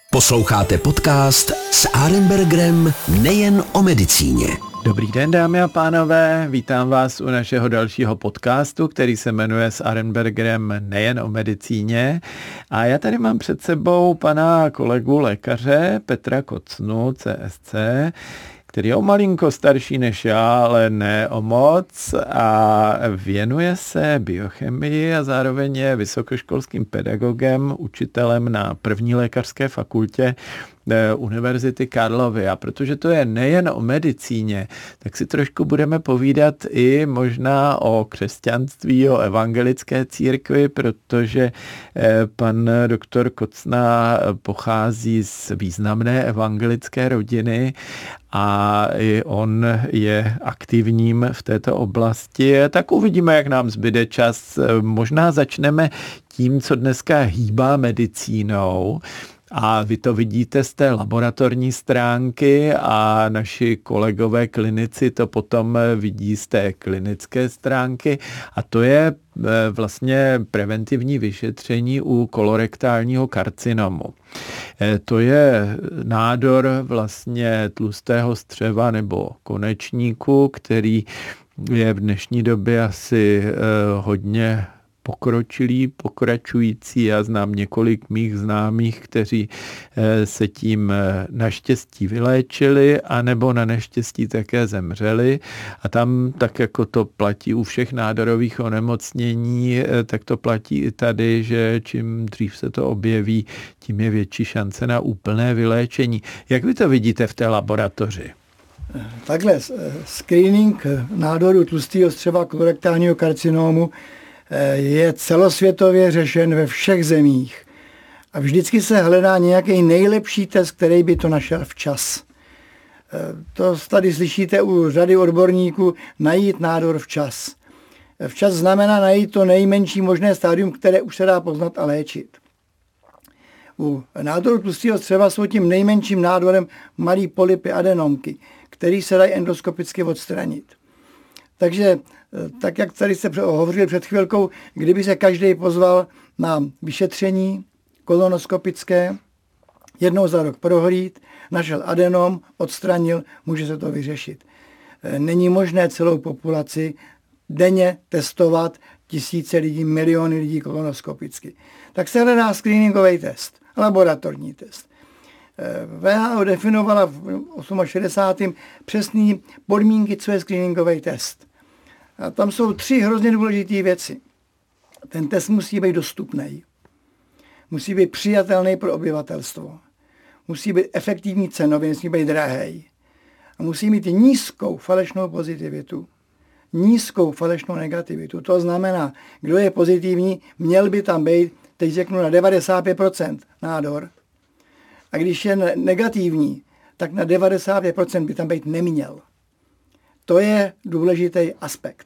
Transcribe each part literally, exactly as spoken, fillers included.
Posloucháte podcast s Arenbergerem nejen o medicíně. Dobrý den, dámy a pánové, vítám vás u našeho dalšího podcastu, který se jmenuje s Arenbergerem nejen o medicíně. A já tady mám před sebou pana kolegu lékaře Petra Kocnu, C S C, který je o malinko starší než já, ale ne o moc, a věnuje se biochemii a zároveň je vysokoškolským pedagogem, učitelem na první lékařské fakultě Univerzity Karlovy. A protože to je nejen o medicíně, tak si trošku budeme povídat i možná o křesťanství, o evangelické církvi, protože pan doktor Kocna pochází z významné evangelické rodiny a i on je aktivním v této oblasti. Tak uvidíme, jak nám zbyde čas. Možná začneme tím, co dneska hýbá medicínou. A vy to vidíte z té laboratorní stránky a naši kolegové klinici to potom vidí z té klinické stránky. A to je vlastně preventivní vyšetření u kolorektálního karcinomu. To je nádor vlastně tlustého střeva nebo konečníku, který je v dnešní době asi hodně pokročilý, pokračující. Já znám několik mých známých, kteří se tím naštěstí vyléčili, anebo na neštěstí také zemřeli. A tam, tak jako to platí u všech nádorových onemocnění, tak to platí i tady, že čím dřív se to objeví, tím je větší šance na úplné vyléčení. Jak vy to vidíte v té laboratoři? Takhle, screening nádoru tlustého střeva kolorektálního karcinomu je celosvětově řešen ve všech zemích. A vždycky se hledá nějaký nejlepší test, který by to našel včas. To tady slyšíte u řady odborníků, najít nádor včas. Včas znamená najít to nejmenší možné stádium, které už se dá poznat a léčit. U nádoru tlustého střeva jsou tím nejmenším nádorem malý polypy adenomky, který se dají endoskopicky odstranit. Takže tak, jak tady jste hovořili před chvilkou, kdyby se každý pozval na vyšetření kolonoskopické, jednou za rok prohlíd, našel adenom, odstranil, může se to vyřešit. Není možné celou populaci denně testovat tisíce lidí, miliony lidí kolonoskopicky. Tak se hledá screeningový test, laboratorní test. V H O definovala v šedesátém osmém přesné podmínky, co je screeningový test. A tam jsou tři hrozně důležité věci. Ten test musí být dostupný. Musí být přijatelný pro obyvatelstvo. Musí být efektivní cenově, musí být drahý. A musí mít nízkou falešnou pozitivitu. Nízkou falešnou negativitu. To znamená, kdo je pozitivní, měl by tam být, teď řeknu na devadesát pět procent nádor. A když je negativní, tak na devadesát pět procent by tam být neměl. To je důležitý aspekt.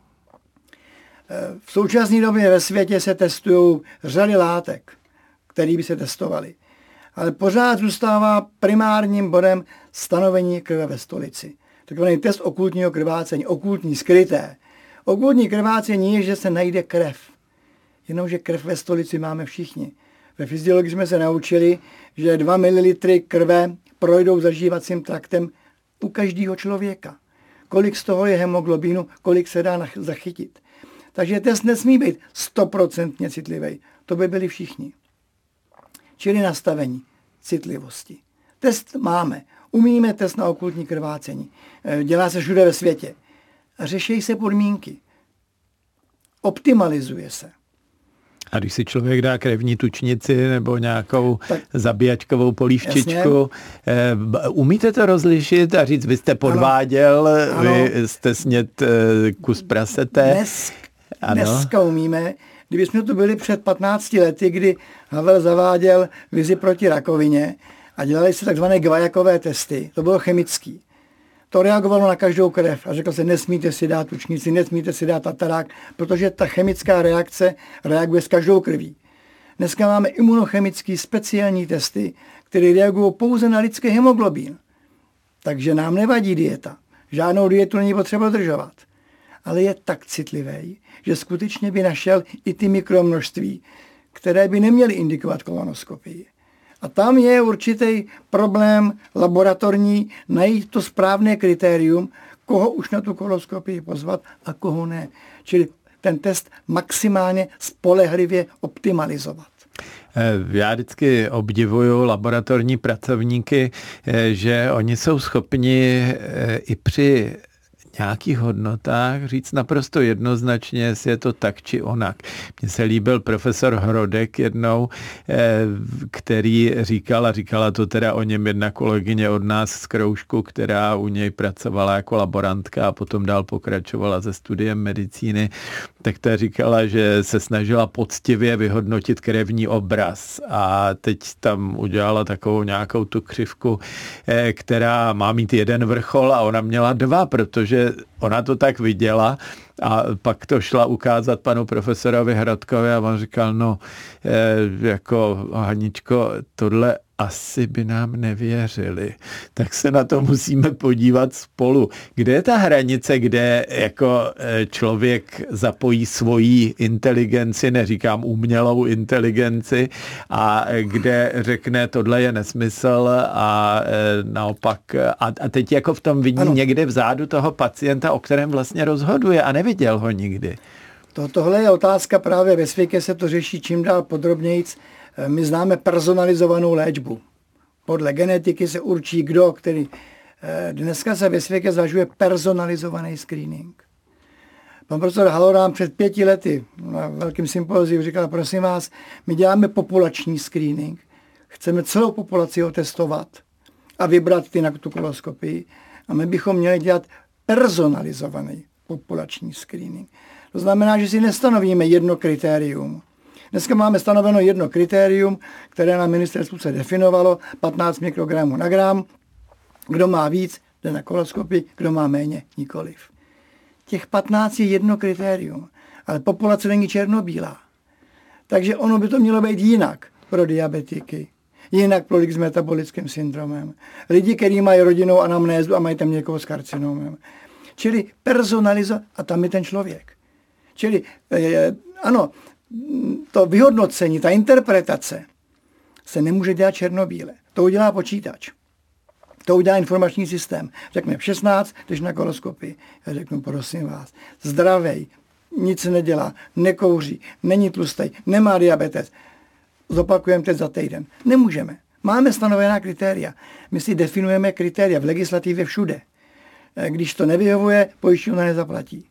V současné době ve světě se testují řady látek, které by se testovaly. Ale pořád zůstává primárním bodem stanovení krve ve stolici. Takový test okultního krvácení, okultní, skryté. Okultní krvácení je, že se najde krev. Jenomže krev ve stolici máme všichni. Ve fyziologii jsme se naučili, že dva mililitry krve projdou zažívacím traktem u každého člověka. Kolik z toho je hemoglobínu, kolik se dá zachytit. Takže test nesmí být stoprocentně citlivý. To by byli všichni. Čili nastavení citlivosti. Test máme. Umíme test na okultní krvácení. Dělá se všude ve světě. A řeší se podmínky. Optimalizuje se. A když si člověk dá krevní tučnici nebo nějakou tak, zabíjačkovou polívčičku, jasně. Umíte to rozlišit a říct, vy jste podváděl, ano. Vy ano. jste sněd kus prasete? Dnes, dneska umíme. Kdybychom tu byli před patnácti lety, kdy Havel zaváděl vizi proti rakovině a dělali se takzvané Guyackové testy, to bylo chemický. To reagovalo na každou krev a řekl se, nesmíte si dát tučnici, nesmíte si dát tatarák, protože ta chemická reakce reaguje s každou krví. Dneska máme imunochemické speciální testy, které reagují pouze na lidský hemoglobín. Takže nám nevadí dieta. Žádnou dietu není potřeba dodržovat. Ale je tak citlivý, že skutečně by našel i ty mikromnožství, které by neměly indikovat kolonoskopii. A tam je určitý problém laboratorní najít to správné kritérium, koho už na tu koloskopii pozvat a koho ne. Čili ten test maximálně spolehlivě optimalizovat. Já vždycky obdivuju laboratorní pracovníky, že oni jsou schopni i při nějakých hodnotách říct naprosto jednoznačně, jestli je to tak či onak. Mně se líbil profesor Hrodek jednou, který říkal, a říkala to teda o něm jedna kolegyně od nás z kroužku, která u něj pracovala jako laborantka a potom dál pokračovala se studiem medicíny, tak ta říkala, že se snažila poctivě vyhodnotit krevní obraz a teď tam udělala takovou nějakou tu křivku, která má mít jeden vrchol a ona měla dva, protože ona to tak viděla a pak to šla ukázat panu profesorovi Hradkovi a on říkal, no jako Haničko, tohle asi by nám nevěřili. Tak se na to musíme podívat spolu. Kde je ta hranice, kde jako člověk zapojí svoji inteligenci, neříkám umělou inteligenci, a kde řekne, tohle je nesmysl a naopak, a, a teď jako v tom vidí ano. někde vzadu toho pacienta, o kterém vlastně rozhoduje a neviděl ho nikdy. To, tohle je otázka, právě ve světě se to řeší čím dál podrobnějc. My známe personalizovanou léčbu. Podle genetiky se určí kdo, který... Dneska se ve světě zvažuje personalizovaný screening. Pan profesor Halorán před pěti lety na velkém sympóziu říkal, prosím vás, my děláme populační screening. Chceme celou populaci otestovat a vybrat ty na tu koloskopii. A my bychom měli dělat personalizovaný populační screening. To znamená, že si nestanovíme jedno kritérium. Dneska máme stanoveno jedno kritérium, které na ministerstvu se definovalo, patnáct mikrogramů na gram. Kdo má víc, jde na koloskopii, kdo má méně, nikoliv. Těch patnáct je jedno kritérium, ale populace není černobílá. Takže ono by to mělo být jinak pro diabetiky, jinak pro lidi s metabolickým syndromem, lidi, kteří mají rodinnou anamnézu a mají tam někoho s karcinomem. Čili personalizovat, a tam je ten člověk. Čili eh, ano, to vyhodnocení, ta interpretace se nemůže dělat černobíle. To udělá počítač. To udělá informační systém. Řekne v šestnáct, když na koloskopii. Já řeknu, prosím vás, zdravej, nic se nedělá, nekouří, není tlustej, nemá diabetes. Zopakujeme teď za týden. Nemůžeme. Máme stanovená kritéria. My si definujeme kritéria v legislativě všude. Když to nevyhovuje, pojišťovna nezaplatí.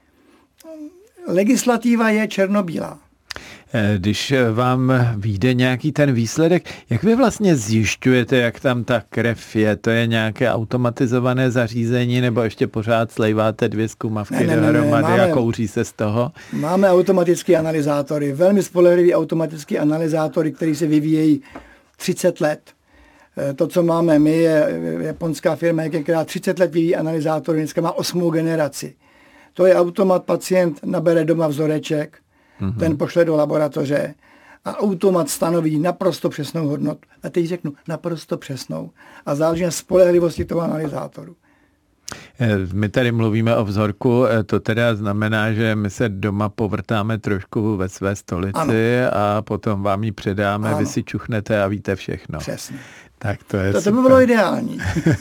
Legislativa je černobílá. Když vám vyjde nějaký ten výsledek, jak vy vlastně zjišťujete, jak tam ta krev je? To je nějaké automatizované zařízení, nebo ještě pořád slejváte dvě zkumavky dohromady a kouří se z toho? Máme automatické analyzátory, velmi spolehlivý automatické analyzátory, které se vyvíjejí třicet let. To, co máme my, je japonská firma, která třicet let vyvíjí analyzátory, dneska má osmou generaci. To je automat, pacient nabere doma vzoreček, mm-hmm. ten pošle do laboratoře a automat stanoví naprosto přesnou hodnotu. A teď řeknu naprosto přesnou. A záleží na spolehlivosti toho analyzátoru. My tady mluvíme o vzorku, to teda znamená, že my se doma povrtáme trošku ve své stolici ano. a potom vám ji předáme, ano. vy si čuchnete a víte všechno. Přesně. Tak to je to, to by bylo ideální.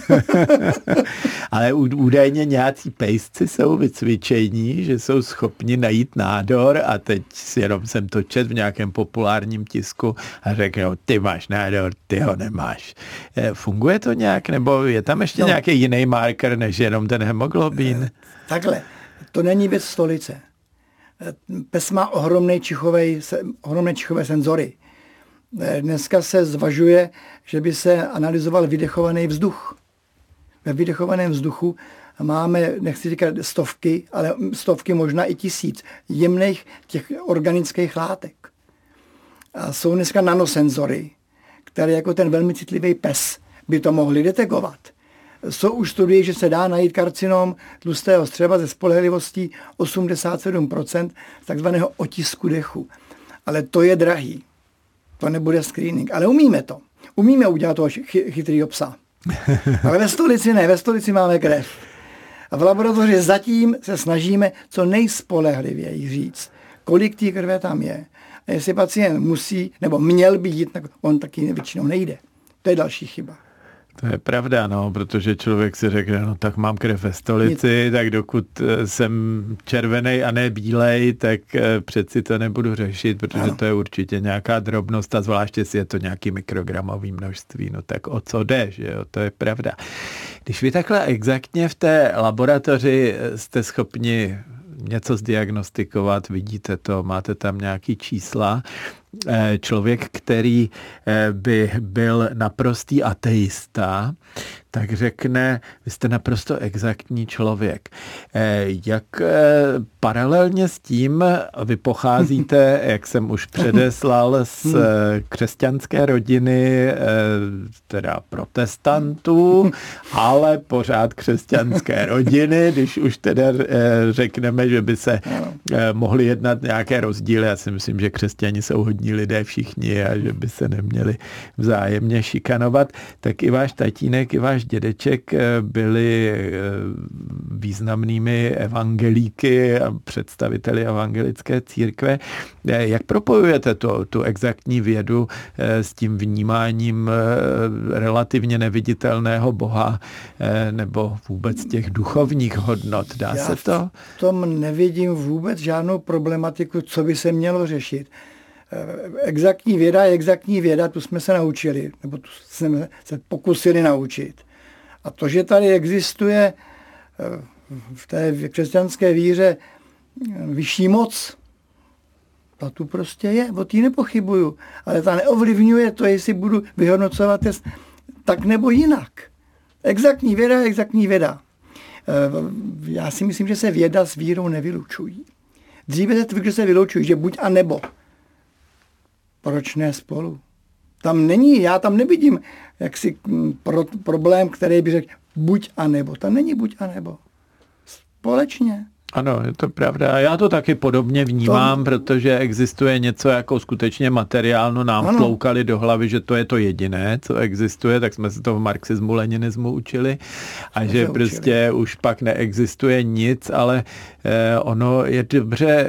Ale údajně nějací pejsci jsou vycvičení, že jsou schopni najít nádor a teď jenom jsem to čet v nějakém populárním tisku a řeknou, ty máš nádor, ty ho nemáš. Funguje to nějak, nebo je tam ještě no. nějaký jiný marker, než jenom ten hemoglobin? Takhle, to není věc stolice. Pes má ohromné čichové, ohromné čichové senzory. Dneska se zvažuje, že by se analyzoval vydechovaný vzduch. Ve vydechovaném vzduchu máme, nechci říkat stovky, ale stovky, možná i tisíc jemných těch organických látek. A jsou dneska nanosenzory, které jako ten velmi citlivý pes by to mohly detekovat. Jsou už studie, že se dá najít karcinom tlustého střeva ze spolehlivostí osmdesát sedm procent takzvaného otisku dechu. Ale to je drahý. To nebude screening, ale umíme to. Umíme udělat toho chy- chytrýho psa. Ale ve stolici ne, ve stolici máme krev. A v laboratoři zatím se snažíme co nejspolehlivěji říct, kolik té krve tam je. A jestli pacient musí, nebo měl by jít, tak on taky většinou nejde. To je další chyba. To je pravda, no, protože člověk si řekne, no tak mám krev ve stolici, Nic. tak dokud jsem červený a ne bílej, tak přeci to nebudu řešit, protože ano. to je určitě nějaká drobnost a zvláště jestli je to nějaký mikrogramový množství, no tak o co jde, že jo, to je pravda. Když vy takhle exaktně v té laboratoři jste schopni něco zdiagnostikovat, vidíte to, máte tam nějaký čísla, člověk, který by byl naprostý ateista, tak řekne, vy jste naprosto exaktní člověk. Jak paralelně s tím vy pocházíte, jak jsem už předeslal, z křesťanské rodiny, teda protestantů, ale pořád křesťanské rodiny, když už teda řekneme, že by se mohly jednat nějaké rozdíly. Já si myslím, že křesťani jsou hodní lidé všichni a že by se neměli vzájemně šikanovat, tak i váš tatínek, i váš dědeček byli významnými evangelíky a představiteli evangelické církve. Jak propojujete to, tu exaktní vědu s tím vnímáním relativně neviditelného Boha nebo vůbec těch duchovních hodnot? Dá Já se to? v tom nevidím vůbec žádnou problematiku, co by se mělo řešit. Exaktní věda je exaktní věda, tu jsme se naučili, nebo tu jsme se pokusili naučit. A to, že tady existuje v té křesťanské víře vyšší moc, ta tu prostě je, o té nepochybuju. Ale ta neovlivňuje to, jestli budu vyhodnocovat test tak nebo jinak. Exaktní věda je exaktní věda. Já si myslím, že se věda s vírou nevylučují. Dříve se tvrdí, že se vylučují, že buď a nebo. Proč ne spolu? Tam není, já tam nevidím jaksi pro, problém, který by řekl buď a nebo. Tam není buď a nebo. Společně. Ano, je to pravda. Já to taky podobně vnímám, to... protože existuje něco jako skutečně materiálno. Nám ano. vtloukali do hlavy, že to je to jediné, co existuje, tak jsme se to v marxismu, leninismu učili a jsme že prostě učili. Už pak neexistuje nic, ale eh, ono je dobře eh,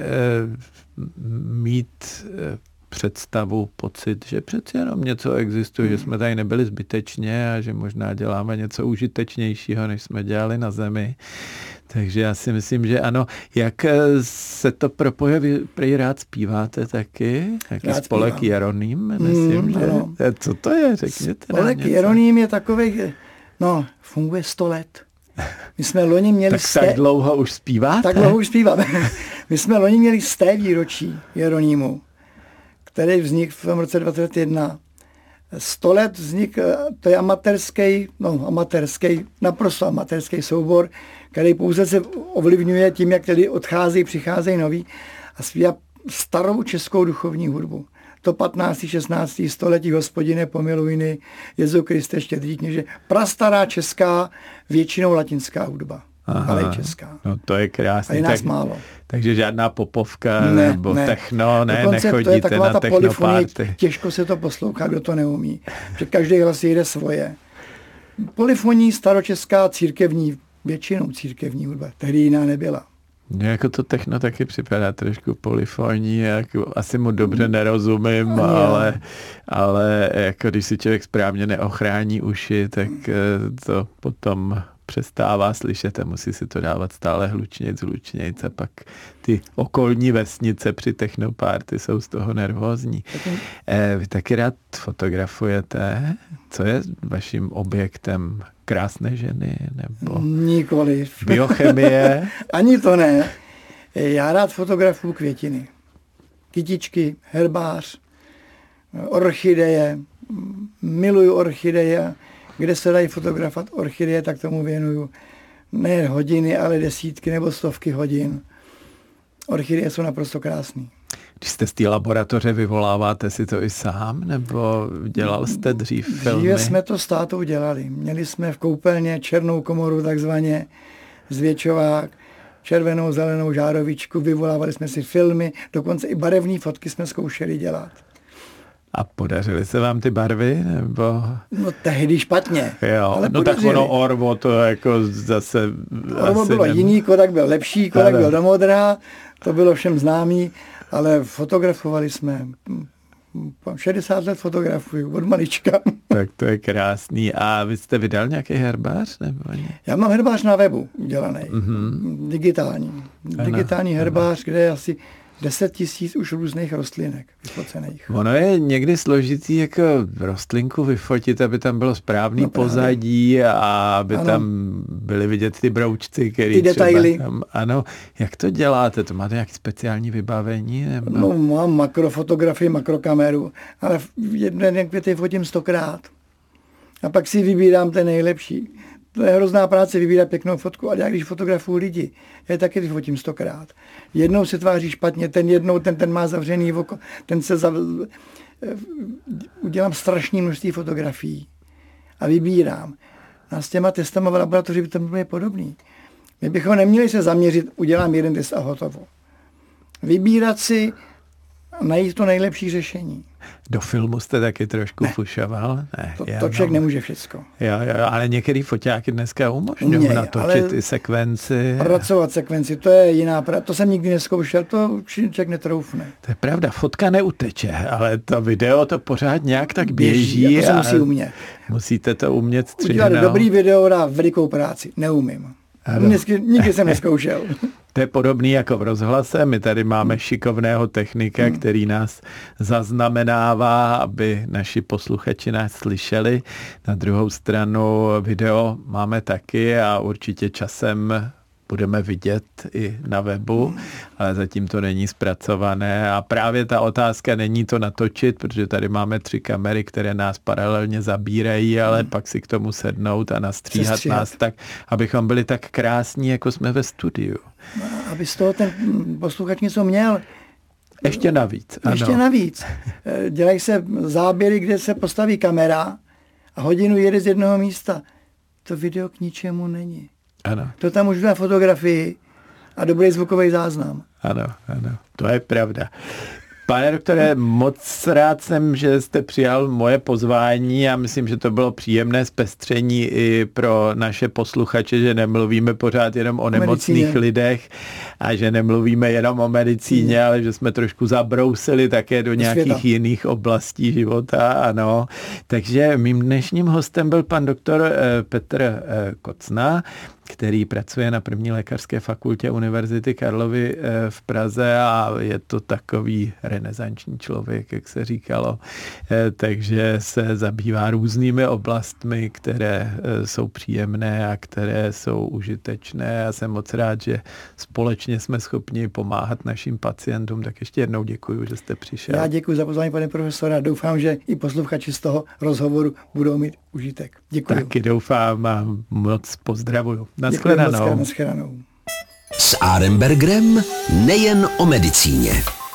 mít eh, představu, pocit, že přeci jenom něco existuje, hmm. že jsme tady nebyli zbytečně a že možná děláme něco užitečnějšího, než jsme dělali na Zemi. Takže já si myslím, že ano. Jak se to propojuje? Vy prý rád zpíváte taky? Jaký rád spolek zpívám. Jeroným? Myslím, hmm, že... Ano. Co to je? Řekněte. Spolek Jeroným je takový, no, funguje sto let. My jsme loni měli... tak sté... tak dlouho už zpíváte? Tak dlouho už zpíváme. My jsme loni měli sté výročí Jeronýmu, který vznikl v roce dvacet jedna. Sto let vznik, to je amatérský, no amatérský, naprosto amatérský soubor, který pouze se ovlivňuje tím, jak tedy odcházejí, přicházejí noví a zpívá starou českou duchovní hudbu. To patnácté šestnácté století Hospodine pomilujny, Jezu Kriste štědrý kněže. Prastará česká, většinou latinská hudba. Aha, ale i česká. No to je krásný. A je nás tak, málo. Takže žádná popovka ne, nebo ne. techno, ne, Dokonce nechodíte to je taková na ta polifonie, technopárty. Těžko se to poslouchá, kdo to neumí. Že každý hlas jde svoje. Polifoní staročeská církevní, většinou církevní hudba, tehdy jiná nebyla. Mně jako to techno taky připadá trošku polifonní, jako asi mu dobře nerozumím, Ani ale, ale jako když si člověk správně neochrání uši, tak to potom přestává slyšet a musí si to dávat stále hlučnějc, hlučnějc a pak ty okolní vesnice při technopárty jsou z toho nervózní. Eh, vy taky rád fotografujete? Co je vaším objektem? Krásné ženy? Nebo nikoliv. Biochemie? Ani to ne. Já rád fotografuju květiny. Kytičky, herbář, orchideje. Miluju orchideje. Kde se dají fotografovat orchideje, tak tomu věnuju ne hodiny, ale desítky nebo stovky hodin. Orchideje jsou naprosto krásné. Když jste z té laboratoře, vyvoláváte si to i sám, nebo dělal jste dřív filmy? Dříve jsme to s tátou dělali. Měli jsme v koupelně černou komoru, takzvaně zvětšovák, červenou, zelenou žárovičku, vyvolávali jsme si filmy, dokonce i barevné fotky jsme zkoušeli dělat. A podařily se vám ty barvy, nebo? No tehdy špatně. Jo, ale no podařili. Tak ono Orvo to jako zase... Orvo bylo nem... jiný, Kodak byl lepší, Kodak byl do modrá, to bylo všem známý, ale fotografovali jsme. šedesát let fotografuju od malička. Tak to je krásný. A vy jste vydal nějaký herbář? Nebo ne? Já mám herbář na webu udělaný. Mm-hmm. Digitální. Digitální ano, herbář, ano. Kde je asi deset tisíc už různých rostlinek vyfocených. Ono je někdy složitý jako rostlinku vyfotit, aby tam bylo správný no pozadí a aby ano. tam byly vidět ty broučci, které ty detaily. Tam, ano, jak to děláte? To máte nějaké speciální vybavení? Nebo? No mám makrofotografii, makrokameru, ale jeden květy fotím stokrát. A pak si vybírám ten nejlepší. To je hrozná práce vybírat pěknou fotku, ale já když fotografuju lidi, já taky vyfotím stokrát. Jednou se tváří špatně, ten jednou, ten, ten má zavřený oko, ten se zav... udělám strašné množství fotografií a vybírám. A s těma testama v laboratoři by to bylo podobný. My bychom neměli se zaměřit, udělám jeden test a hotovo. Vybírat si a najít to nejlepší řešení. Do filmu jste taky trošku ne. fušoval? Ne, to, to člověk no. nemůže všecko. Jo, jo, ale některý foťáky dneska umožňují natočit i sekvenci. Pracovat sekvenci, to je jiná práce. To jsem nikdy nezkoušel, to člověk netroufne. To je pravda, fotka neuteče, ale to video to pořád nějak tak běží. běží a to se musí umět. Musíte to umět střihnout. Udělat dobrý video dá velikou práci, neumím. Dnesky, nikdy jsem neskoušel. To je podobný jako v rozhlase. My tady máme šikovného technika, hmm. který nás zaznamenává, aby naši posluchači nás slyšeli. Na druhou stranu video máme taky a určitě časem budeme vidět i na webu, ale zatím to není zpracované a právě ta otázka není to natočit, protože tady máme tři kamery, které nás paralelně zabírají, ale hmm. pak si k tomu sednout a nastříhat nás tak, abychom byli tak krásní, jako jsme ve studiu. No, aby z toho ten posluchač něco měl. Ještě navíc. Ano. Ještě navíc. Dělají se záběry, kde se postaví kamera a hodinu jede z jednoho místa. To video k ničemu není. Ano. To tam už na fotografii a dobrý zvukový záznam. Ano, ano, to je pravda. Pane doktore, moc rád jsem, že jste přijal moje pozvání a myslím, že to bylo příjemné zpestření i pro naše posluchače, že nemluvíme pořád jenom o nemocných medicíně. lidech a že nemluvíme jenom o medicíně, ale že jsme trošku zabrousili také do nějakých světa. jiných oblastí života, ano. Takže mým dnešním hostem byl pan doktor Petr Kocna, který pracuje na první lékařské fakultě Univerzity Karlovy v Praze a je to takový renesanční člověk, jak se říkalo. Takže se zabývá různými oblastmi, které jsou příjemné a které jsou užitečné a jsem moc rád, že společně jsme schopni pomáhat našim pacientům. Tak ještě jednou děkuji, že jste přišel. Já děkuji za pozvání, pane profesora. Doufám, že i posluchači z toho rozhovoru budou mít užitek. Děkuji. Taky doufám a moc pozdravuju. Naschledanou. Naschledanou. S Arenbergerem nejen o medicíně.